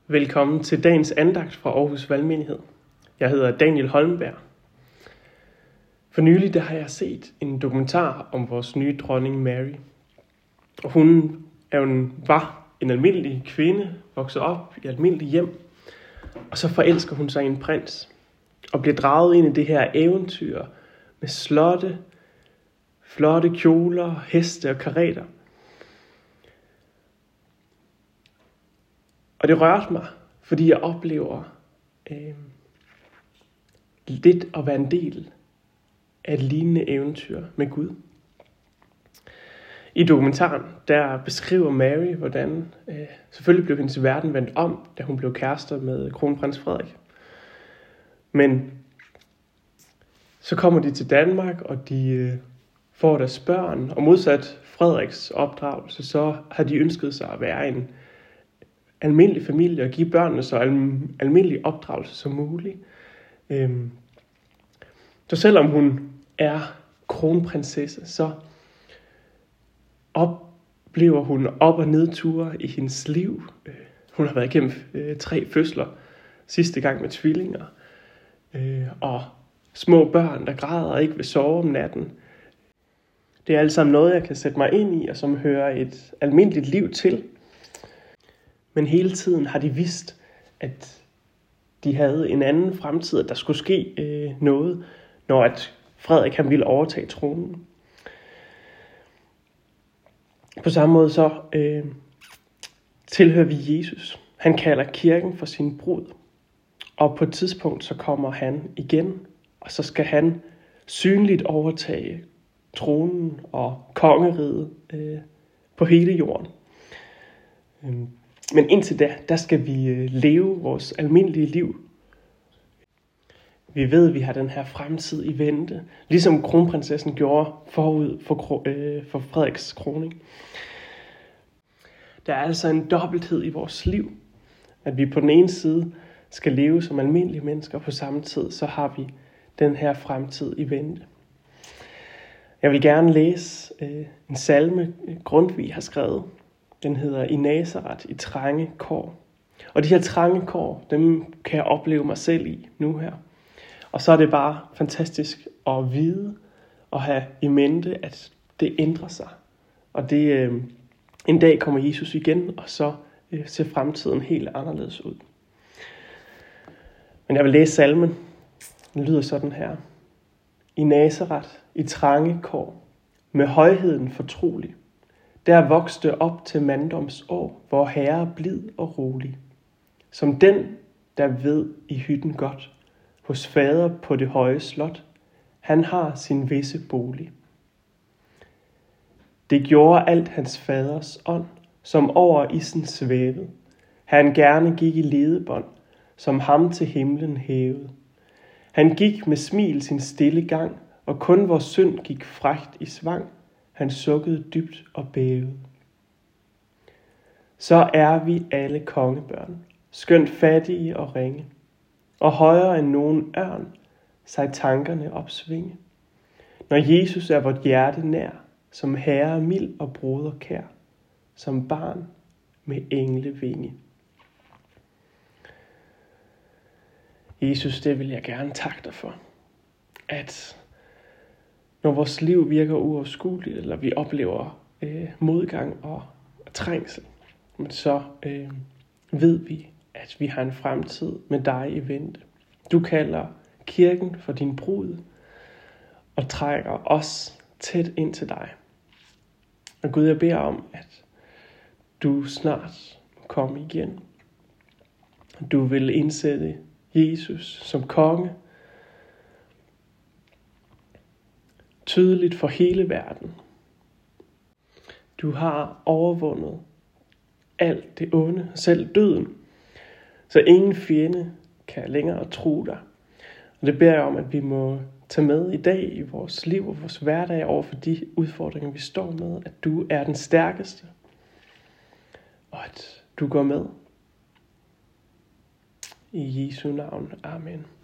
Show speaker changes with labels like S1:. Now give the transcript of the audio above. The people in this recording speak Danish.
S1: Velkommen til dagens andagt fra Aarhus Valgmenighed. Jeg hedder Daniel Holmberg. For nylig har jeg set en dokumentar om vores nye dronning Mary. Og hun var en almindelig kvinde, vokset op i et almindeligt hjem. Og så forelsker hun sig i en prins og bliver draget ind i det her eventyr med slotte, flotte kjoler, heste og karetter. Og det rørte mig, fordi jeg oplever lidt at være en del af et lignende eventyr med Gud. I dokumentaren, der beskriver Mary, hvordan selvfølgelig blev hendes verden vendt om, da hun blev kærester med kronprins Frederik. Men så kommer de til Danmark, og de får deres børn, og modsat Frederiks opdragelse, så har de ønsket sig at være en almindelig familie og give børnene så almindelig opdragelse som muligt. Så selvom hun er kronprinsesse, så oplever hun op- og nedture i hendes liv. Hun har været igennem 3 fødsler, sidste gang med tvillinger, og små børn, der græder og ikke vil sove om natten. Det er alt sammen noget, jeg kan sætte mig ind i, og som hører et almindeligt liv til. Men hele tiden har de vidst, at de havde en anden fremtid, at der skulle ske noget, når at Frederik han ville overtage tronen. På samme måde så tilhører vi Jesus. Han kalder kirken for sin brud. Og på et tidspunkt så kommer han igen, og så skal han synligt overtage tronen og kongeriget på hele jorden. Men indtil da, der skal vi leve vores almindelige liv. Vi ved, at vi har den her fremtid i vente, ligesom kronprinsessen gjorde forud for Frederiks kroning. Der er altså en dobbelthed i vores liv, at vi på den ene side skal leve som almindelige mennesker, og på samme tid så har vi den her fremtid i vente. Jeg vil gerne læse en salme, Grundtvig har skrevet. Den hedder I Nazaret i trange kår. Og de her trange kår, dem kan jeg opleve mig selv i nu her. Og så er det bare fantastisk at vide og have i mente, at det ændrer sig. Og det en dag kommer Jesus igen, og så ser fremtiden helt anderledes ud. Men jeg vil læse salmen. Den lyder sådan her. I Nazaret i trange kår, med højheden fortrolig. Der vokste op til manddomsår, hvor Herre blid og rolig. Som den, der ved i hytten godt, hos fader på det høje slot, han har sin visse bolig. Det gjorde alt hans faders ånd, som over isen svævede. Han gerne gik i ledebånd, som ham til himlen hævede. Han gik med smil sin stille gang, og kun vor synd gik frægt i svang. Han sukkede dybt og bævede. Så er vi alle kongebørn, skønt fattige og ringe, og højere end nogen ørn, sig tankerne opsvinge. Når Jesus er vort hjerte nær, som herre mild og broder kær, som barn med englevinge. Jesus, det vil jeg gerne takke dig for, at når vores liv virker uoverskueligt, eller vi oplever modgang og trængsel, så ved vi, at vi har en fremtid med dig i vente. Du kalder kirken for din brud, og trækker os tæt ind til dig. Og Gud, jeg beder om, at du snart må komme igen. Du vil indsætte Jesus som konge, tydeligt for hele verden. Du har overvundet alt det onde, selv døden, så ingen fjende kan længere true dig. Og det beder jeg om, at vi må tage med i dag i vores liv og vores hverdag over for de udfordringer, vi står med, at du er den stærkeste, og at du går med. I Jesu navn. Amen.